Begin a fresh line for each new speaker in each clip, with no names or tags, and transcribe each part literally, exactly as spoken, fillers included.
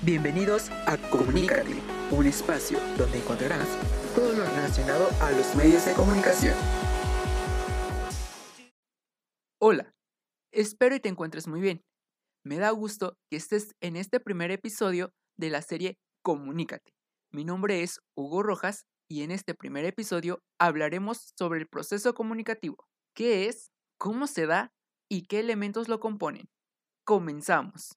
Bienvenidos a Comunícate, un espacio donde encontrarás todo lo relacionado a los medios de comunicación.
Hola, espero y te encuentres muy bien. Me da gusto que estés en este primer episodio de la serie Comunícate. Mi nombre es Hugo Rojas y en este primer episodio hablaremos sobre el proceso comunicativo. ¿Qué es? ¿Cómo se da? ¿Y qué elementos lo componen? Comenzamos.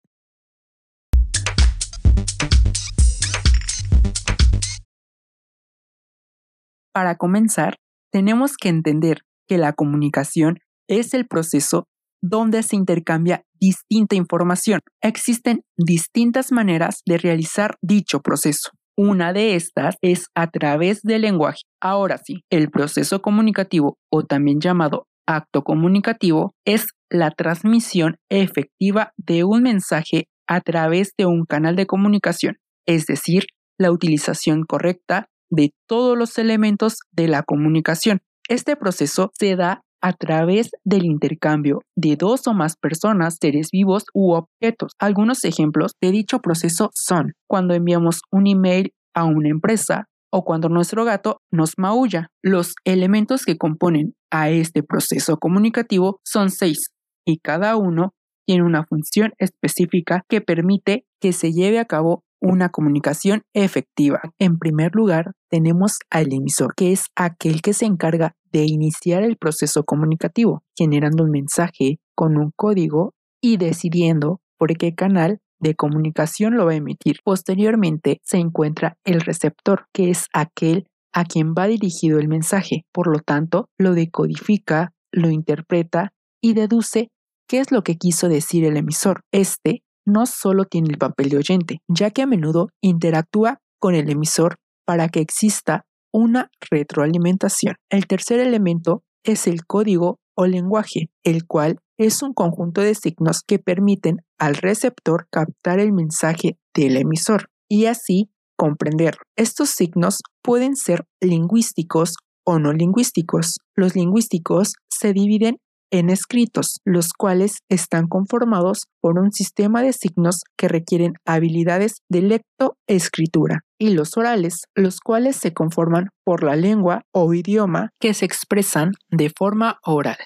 Para comenzar, tenemos que entender que la comunicación es el proceso donde se intercambia distinta información. Existen distintas maneras de realizar dicho proceso. Una de estas es a través del lenguaje. Ahora sí, el proceso comunicativo, o también llamado acto comunicativo, es la transmisión efectiva de un mensaje a través de un canal de comunicación, es decir, la utilización correcta de todos los elementos de la comunicación. Este proceso se da a través del intercambio de dos o más personas, seres vivos u objetos. Algunos ejemplos de dicho proceso son cuando enviamos un email a una empresa o cuando nuestro gato nos maulla. Los elementos que componen a este proceso comunicativo son seis y cada uno tiene una función específica que permite que se lleve a cabo una comunicación efectiva. En primer lugar, tenemos al emisor, que es aquel que se encarga de iniciar el proceso comunicativo, generando un mensaje con un código y decidiendo por qué canal de comunicación lo va a emitir. Posteriormente, se encuentra el receptor, que es aquel a quien va dirigido el mensaje. Por lo tanto, lo decodifica, lo interpreta y deduce qué es lo que quiso decir el emisor. Este no solo tiene el papel de oyente, ya que a menudo interactúa con el emisor para que exista una retroalimentación. El tercer elemento es el código o lenguaje, el cual es un conjunto de signos que permiten al receptor captar el mensaje del emisor y así comprenderlo. Estos signos pueden ser lingüísticos o no lingüísticos. Los lingüísticos se dividen en escritos, los cuales están conformados por un sistema de signos que requieren habilidades de lectoescritura, y los orales, los cuales se conforman por la lengua o idioma que se expresan de forma oral.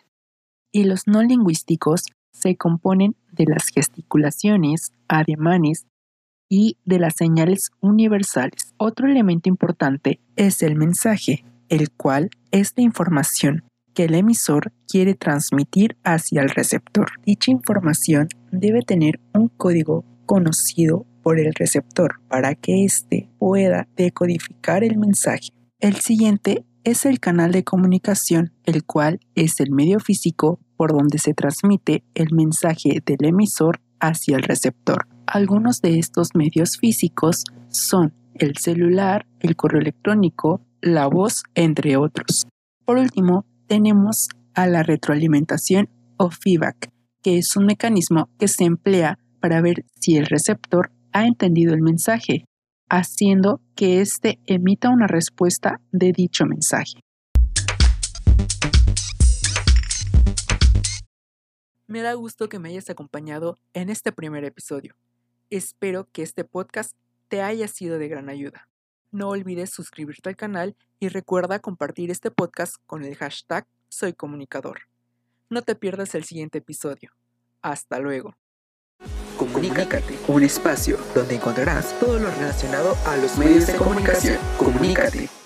Y los no lingüísticos se componen de las gesticulaciones, ademanes y de las señales universales. Otro elemento importante es el mensaje, el cual es la información que el emisor quiere transmitir hacia el receptor. Dicha información debe tener un código conocido por el receptor para que éste pueda decodificar el mensaje. El siguiente es el canal de comunicación, el cual es el medio físico por donde se transmite el mensaje del emisor hacia el receptor. Algunos de estos medios físicos son el celular, el correo electrónico, la voz, entre otros. Por último, tenemos a la retroalimentación o feedback, que es un mecanismo que se emplea para ver si el receptor ha entendido el mensaje, haciendo que éste emita una respuesta de dicho mensaje. Me da gusto que me hayas acompañado en este primer episodio. Espero que este podcast te haya sido de gran ayuda. No olvides suscribirte al canal y recuerda compartir este podcast con el hashtag Soy Comunicador. No te pierdas el siguiente episodio. Hasta luego.
Comunícate, un espacio donde encontrarás todo lo relacionado a los medios de comunicación. Comunícate.